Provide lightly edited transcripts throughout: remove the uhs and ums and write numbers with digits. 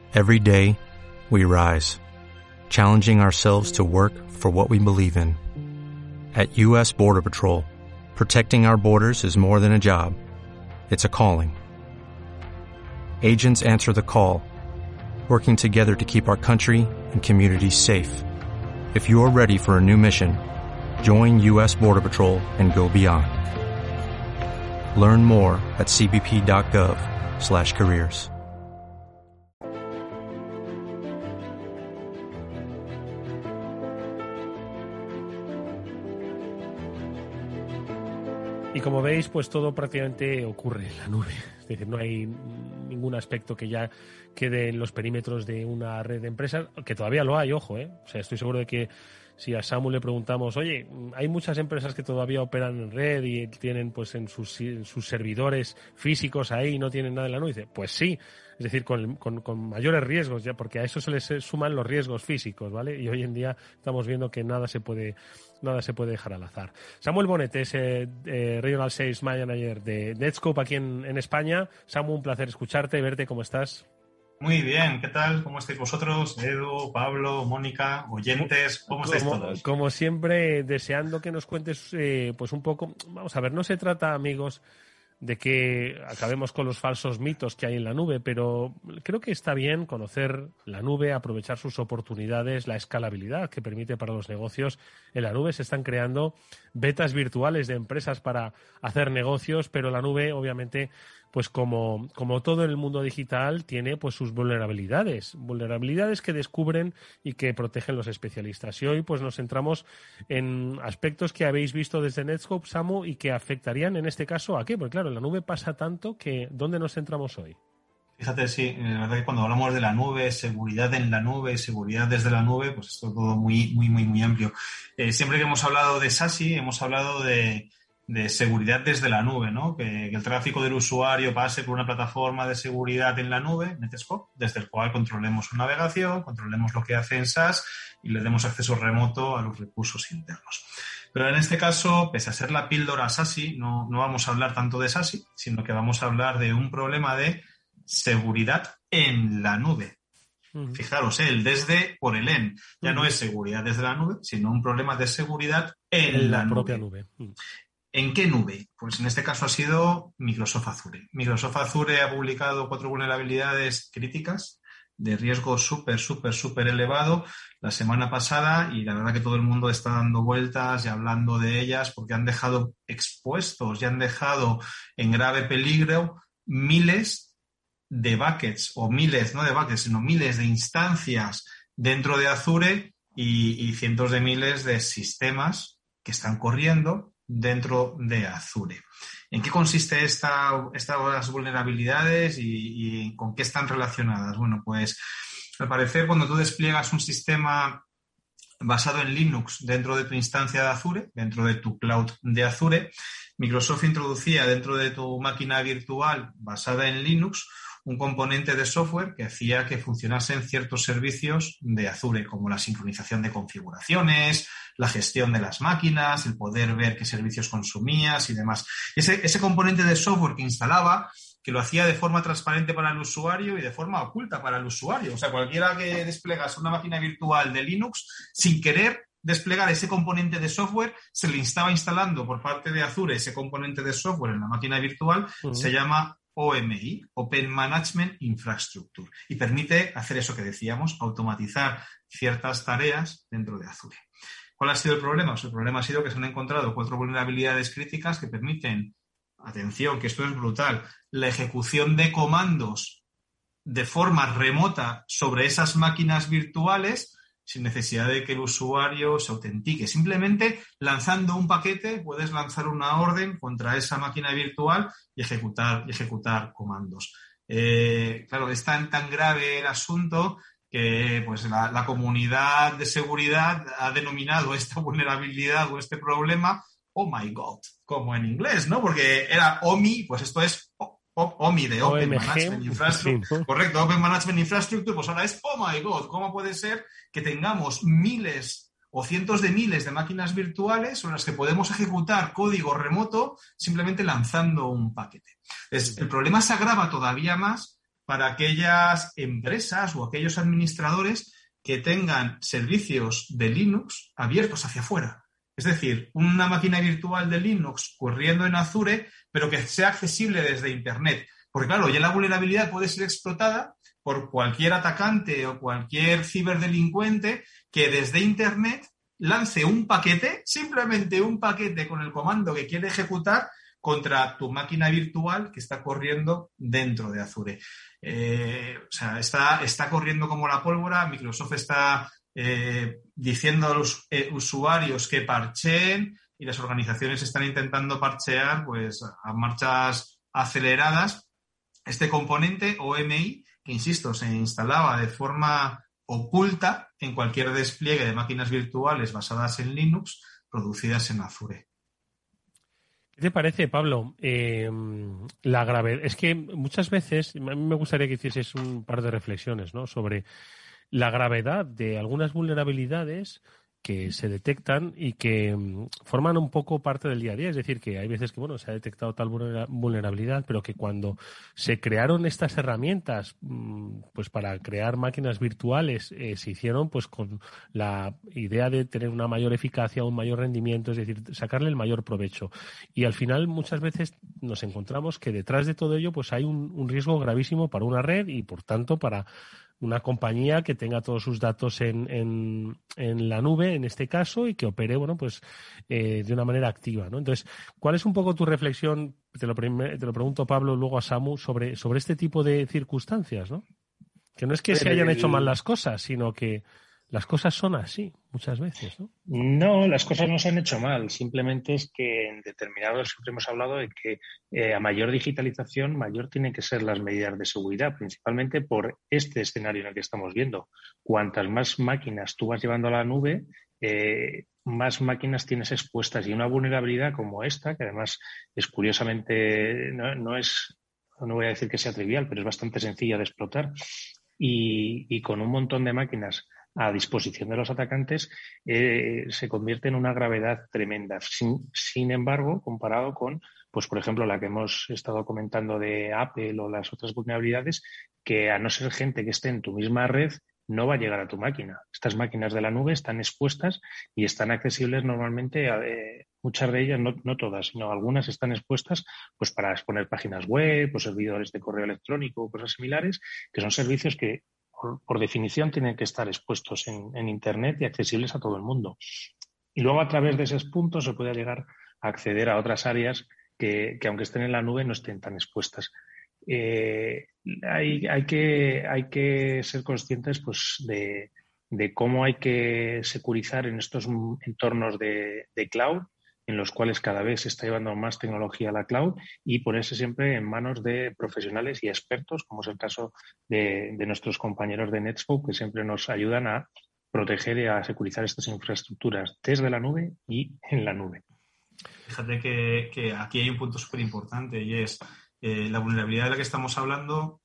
Every day, we rise, challenging ourselves to work for what we believe in. At U.S. Border Patrol, protecting our borders is more than a job. It's a calling. Agents answer the call, working together to keep our country and communities safe. If you're ready for a new mission, join U.S. Border Patrol and go beyond. Learn more at cbp.gov/careers. Y como veis, pues todo prácticamente ocurre en la nube. Es decir, no hay ningún aspecto que ya quede en los perímetros de una red de empresas, que todavía lo hay, ojo, ¿eh? O sea, estoy seguro de que si a Samu le preguntamos, oye, hay muchas empresas que todavía operan en red y tienen pues en sus servidores físicos ahí y no tienen nada en la nube. Dice, pues sí, es decir, con mayores riesgos ya, porque a eso se les suman los riesgos físicos, ¿vale? Y hoy en día estamos viendo que nada se puede dejar al azar. Samuel Bonet es Regional Sales Manager de Netscope aquí en España. Samu, un placer escucharte, verte, ¿cómo estás? Muy bien, ¿qué tal? ¿Cómo estáis vosotros? Edu, Pablo, Mónica, oyentes, ¿cómo estáis todos? Como siempre, deseando que nos cuentes pues un poco. Vamos a ver, no se trata, amigos, de que acabemos con los falsos mitos que hay en la nube, pero creo que está bien conocer la nube, aprovechar sus oportunidades, la escalabilidad que permite para los negocios. En la nube se están creando betas virtuales de empresas para hacer negocios, pero la nube, obviamente, pues como todo en el mundo digital, tiene pues sus vulnerabilidades que descubren y que protegen los especialistas. Y hoy pues nos centramos en aspectos que habéis visto desde Netscope, Samu, y que afectarían en este caso ¿a qué? Porque claro, en la nube pasa tanto que ¿dónde nos centramos hoy? Fíjate, sí, la verdad que cuando hablamos de la nube, seguridad en la nube, seguridad desde la nube, pues esto es todo muy, muy, muy, muy amplio. Siempre que hemos hablado de SASE, hemos hablado de seguridad desde la nube, ¿no? Que el tráfico del usuario pase por una plataforma de seguridad en la nube, Netscope, desde el cual controlemos su navegación, controlemos lo que hace en SaaS y le demos acceso remoto a los recursos internos. Pero en este caso, pese a ser la píldora SASE, no vamos a hablar tanto de SASE, sino que vamos a hablar de un problema de seguridad en la nube. Fijaros, el desde por el en. Ya no es seguridad desde la nube, sino un problema de seguridad en la propia nube. ¿En qué nube? Pues en este caso ha sido Microsoft Azure. Microsoft Azure ha publicado 4 vulnerabilidades críticas de riesgo súper elevado la semana pasada y la verdad que todo el mundo está dando vueltas y hablando de ellas porque han dejado expuestos y han dejado en grave peligro miles de buckets, o miles, no de buckets, sino miles de instancias dentro de Azure y cientos de miles de sistemas que están corriendo dentro de Azure. ¿En qué consiste estas vulnerabilidades y con qué están relacionadas? Bueno, pues al parecer cuando tú despliegas un sistema basado en Linux dentro de tu instancia de Azure, dentro de tu cloud de Azure, Microsoft introducía dentro de tu máquina virtual basada en Linux un componente de software que hacía que funcionasen ciertos servicios de Azure, como la sincronización de configuraciones, la gestión de las máquinas, el poder ver qué servicios consumías y demás. Ese componente de software que instalaba, que lo hacía de forma transparente para el usuario y de forma oculta para el usuario. O sea, cualquiera que desplegase una máquina virtual de Linux, sin querer desplegar ese componente de software, se le estaba instalando por parte de Azure ese componente de software en la máquina virtual, se llama OMI, Open Management Infrastructure, y permite hacer eso que decíamos, automatizar ciertas tareas dentro de Azure. ¿Cuál ha sido el problema? Pues el problema ha sido que se han encontrado 4 vulnerabilidades críticas que permiten, atención, que esto es brutal, la ejecución de comandos de forma remota sobre esas máquinas virtuales sin necesidad de que el usuario se autentique. Simplemente lanzando un paquete puedes lanzar una orden contra esa máquina virtual y ejecutar comandos. Claro, es tan grave el asunto que pues la comunidad de seguridad ha denominado esta vulnerabilidad o este problema "Oh my God", como en inglés, ¿no? Porque era OMI, pues esto es OMI de Open Management Infrastructure. Sí, ¿no? Correcto, Open Management Infrastructure, pues ahora es "Oh my God", ¿cómo puede ser que tengamos miles o cientos de miles de máquinas virtuales sobre las que podemos ejecutar código remoto simplemente lanzando un paquete? El problema se agrava todavía más para aquellas empresas o aquellos administradores que tengan servicios de Linux abiertos hacia afuera. Es decir, una máquina virtual de Linux corriendo en Azure, pero que sea accesible desde Internet. Porque claro, ya la vulnerabilidad puede ser explotada por cualquier atacante o cualquier ciberdelincuente que desde Internet lance un paquete, simplemente un paquete con el comando que quiere ejecutar contra tu máquina virtual que está corriendo dentro de Azure. Está corriendo como la pólvora. Microsoft está diciendo a los usuarios que parcheen y las organizaciones están intentando parchear pues a marchas aceleradas este componente OMI que, insisto, se instalaba de forma oculta en cualquier despliegue de máquinas virtuales basadas en Linux producidas en Azure. ¿Qué te parece, Pablo? La gravedad. Es que muchas veces, a mí me gustaría que hicieses un par de reflexiones, ¿no?, sobre la gravedad de algunas vulnerabilidades que se detectan y que forman un poco parte del día a día. Es decir, que hay veces que se ha detectado tal vulnerabilidad, pero que cuando se crearon estas herramientas pues para crear máquinas virtuales, se hicieron pues con la idea de tener una mayor eficacia, un mayor rendimiento, es decir, sacarle el mayor provecho. Y al final muchas veces nos encontramos que detrás de todo ello pues hay un riesgo gravísimo para una red y, por tanto, para una compañía que tenga todos sus datos en la nube, en este caso, y que opere de una manera activa, ¿no? Entonces, ¿cuál es un poco tu reflexión? Te lo pregunto, Pablo, luego a Samu, sobre este tipo de circunstancias, ¿no? Que no es que se hayan hecho mal las cosas, sino que las cosas son así muchas veces, ¿no? No, las cosas no se han hecho mal. Simplemente es que en determinados, siempre hemos hablado de que a mayor digitalización, mayor tienen que ser las medidas de seguridad, principalmente por este escenario en el que estamos viendo. Cuantas más máquinas tú vas llevando a la nube, más máquinas tienes expuestas. Y una vulnerabilidad como esta, que además es curiosamente, no voy a decir que sea trivial, pero es bastante sencilla de explotar, y con un montón de máquinas a disposición de los atacantes, se convierte en una gravedad tremenda. Sin embargo, comparado con, pues por ejemplo, la que hemos estado comentando de Apple o las otras vulnerabilidades, que a no ser gente que esté en tu misma red, no va a llegar a tu máquina. Estas máquinas de la nube están expuestas y están accesibles normalmente, muchas de ellas, no todas, sino algunas están expuestas pues para exponer páginas web o servidores de correo electrónico o cosas similares, que son servicios que por definición tienen que estar expuestos en Internet y accesibles a todo el mundo. Y luego, a través de esos puntos, se puede llegar a acceder a otras áreas que aunque estén en la nube, no estén tan expuestas. Hay que ser conscientes pues de cómo hay que securizar en estos entornos de cloud, en los cuales cada vez se está llevando más tecnología a la cloud, y ponerse siempre en manos de profesionales y expertos, como es el caso de nuestros compañeros de Netscope, que siempre nos ayudan a proteger y a securizar estas infraestructuras desde la nube y en la nube. Fíjate que aquí hay un punto súper importante, y es la vulnerabilidad de la que estamos hablando.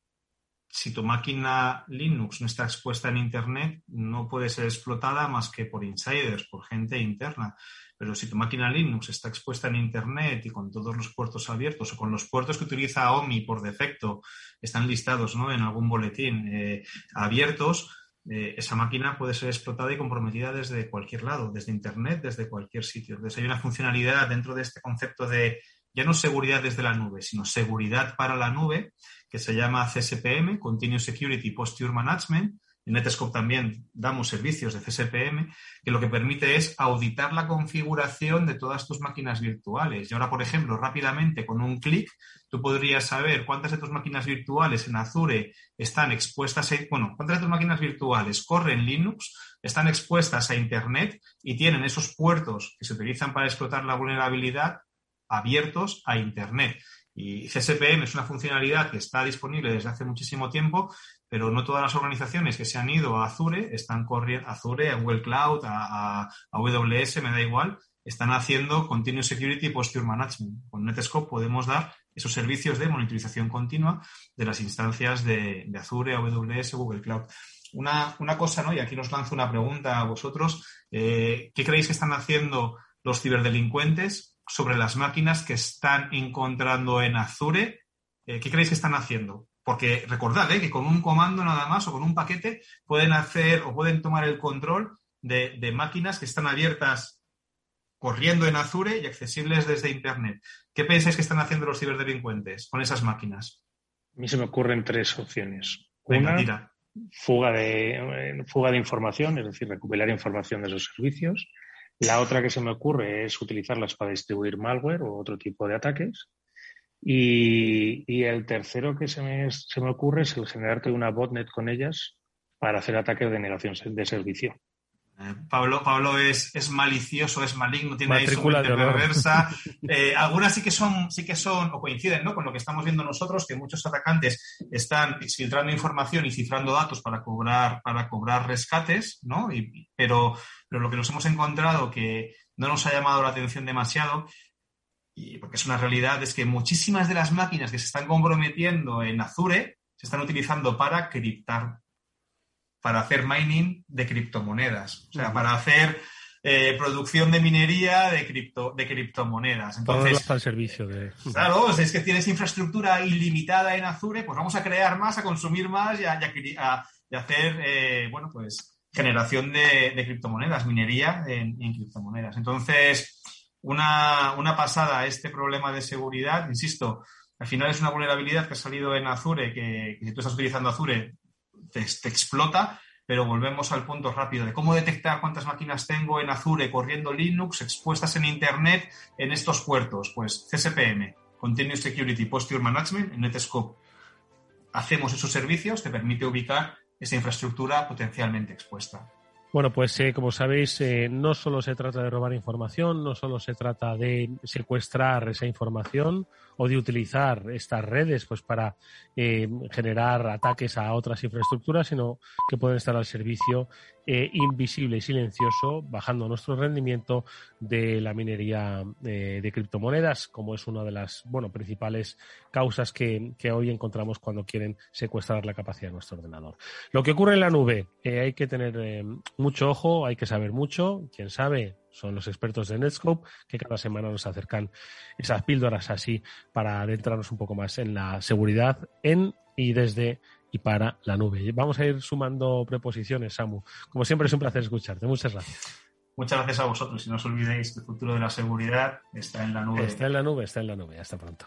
Si tu máquina Linux no está expuesta en Internet, no puede ser explotada más que por insiders, por gente interna. Pero si tu máquina Linux está expuesta en Internet y con todos los puertos abiertos, o con los puertos que utiliza OMI por defecto, están listados, ¿no?, en algún boletín abiertos, esa máquina puede ser explotada y comprometida desde cualquier lado, desde Internet, desde cualquier sitio. Entonces hay una funcionalidad dentro de este concepto de ya no seguridad desde la nube, sino seguridad para la nube, que se llama CSPM, Continuous Security Posture Management. En Netscope también damos servicios de CSPM, que lo que permite es auditar la configuración de todas tus máquinas virtuales. Y ahora, por ejemplo, rápidamente, con un clic, tú podrías saber cuántas de tus máquinas virtuales en Azure están expuestas cuántas de tus máquinas virtuales corren Linux, están expuestas a Internet y tienen esos puertos que se utilizan para explotar la vulnerabilidad abiertos a Internet. Y CSPM es una funcionalidad que está disponible desde hace muchísimo tiempo, pero no todas las organizaciones que se han ido a Azure están corriendo, a Azure, a Google Cloud, a AWS, me da igual, están haciendo Continuous Security Posture Management. Con Netscope podemos dar esos servicios de monitorización continua de las instancias de Azure, AWS, Google Cloud. Una cosa, ¿no?, y aquí nos lanzo una pregunta a vosotros, ¿qué creéis que están haciendo los ciberdelincuentes sobre las máquinas que están encontrando en Azure? ¿Qué creéis que están haciendo? porque recordad que con un comando nada más o con un paquete pueden hacer o pueden tomar el control de máquinas que están abiertas corriendo en Azure y accesibles desde Internet. ¿Qué pensáis que están haciendo los ciberdelincuentes con esas máquinas? A mí se me ocurren 3 opciones. Venga, Una, tira. fuga de información, es decir, recopilar información de esos servicios. La otra que se me ocurre es utilizarlas para distribuir malware o otro tipo de ataques. Y el tercero que se me ocurre es el generarte una botnet con ellas para hacer ataques de negación de servicio. Pablo es malicioso, es maligno, tiene ahí su mente honor. perversa. Algunas sí que son, o coinciden, ¿no?, con lo que estamos viendo nosotros, que muchos atacantes están filtrando información y cifrando datos para cobrar rescates, ¿no? Pero lo que nos hemos encontrado que no nos ha llamado la atención demasiado, y porque es una realidad, es que muchísimas de las máquinas que se están comprometiendo en Azure se están utilizando para criptar, para hacer mining de criptomonedas, o sea, para hacer producción de minería de criptomonedas. Entonces, todo está al servicio de... Claro, es que tienes infraestructura ilimitada en Azure, pues vamos a crear más, a consumir más y a hacer, generación de criptomonedas, minería en criptomonedas. Entonces, una pasada este problema de seguridad, insisto, al final es una vulnerabilidad que ha salido en Azure, que si tú estás utilizando Azure te explota, pero volvemos al punto rápido de cómo detectar cuántas máquinas tengo en Azure corriendo Linux expuestas en Internet en estos puertos. Pues CSPM, Continuous Security Posture Management, en Netscope hacemos esos servicios, te permite ubicar esa infraestructura potencialmente expuesta. Bueno, pues como sabéis, no solo se trata de robar información, no solo se trata de secuestrar esa información o de utilizar estas redes pues para generar ataques a otras infraestructuras, sino que pueden estar al servicio invisible y silencioso, bajando nuestro rendimiento de la minería de criptomonedas, como es una de las principales causas que hoy encontramos cuando quieren secuestrar la capacidad de nuestro ordenador. Lo que ocurre en la nube, hay que tener mucho ojo, hay que saber mucho. Quien sabe son los expertos de Netscope, que cada semana nos acercan esas píldoras así para adentrarnos un poco más en la seguridad en y desde y para la nube. Vamos a ir sumando preposiciones, Samu. Como siempre es un placer escucharte. Muchas gracias. Muchas gracias a vosotros. Y no os olvidéis que el futuro de la seguridad está en la nube. Está en la nube, está en la nube. Hasta pronto.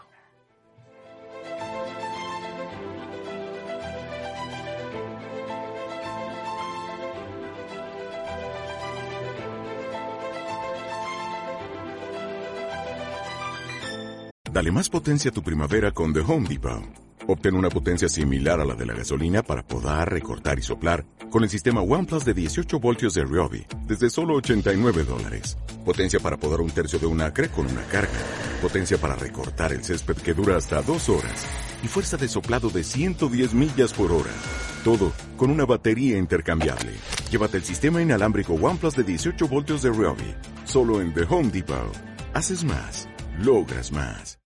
Dale más potencia a tu primavera con The Home Depot. Obtén una potencia similar a la de la gasolina para podar, recortar y soplar con el sistema OnePlus de 18 voltios de Ryobi desde solo $89. Potencia para podar un tercio de un acre con una carga. Potencia para recortar el césped que dura hasta 2 horas. Y fuerza de soplado de 110 millas por hora. Todo con una batería intercambiable. Llévate el sistema inalámbrico OnePlus de 18 voltios de Ryobi. Solo en The Home Depot. Haces más. Logras más.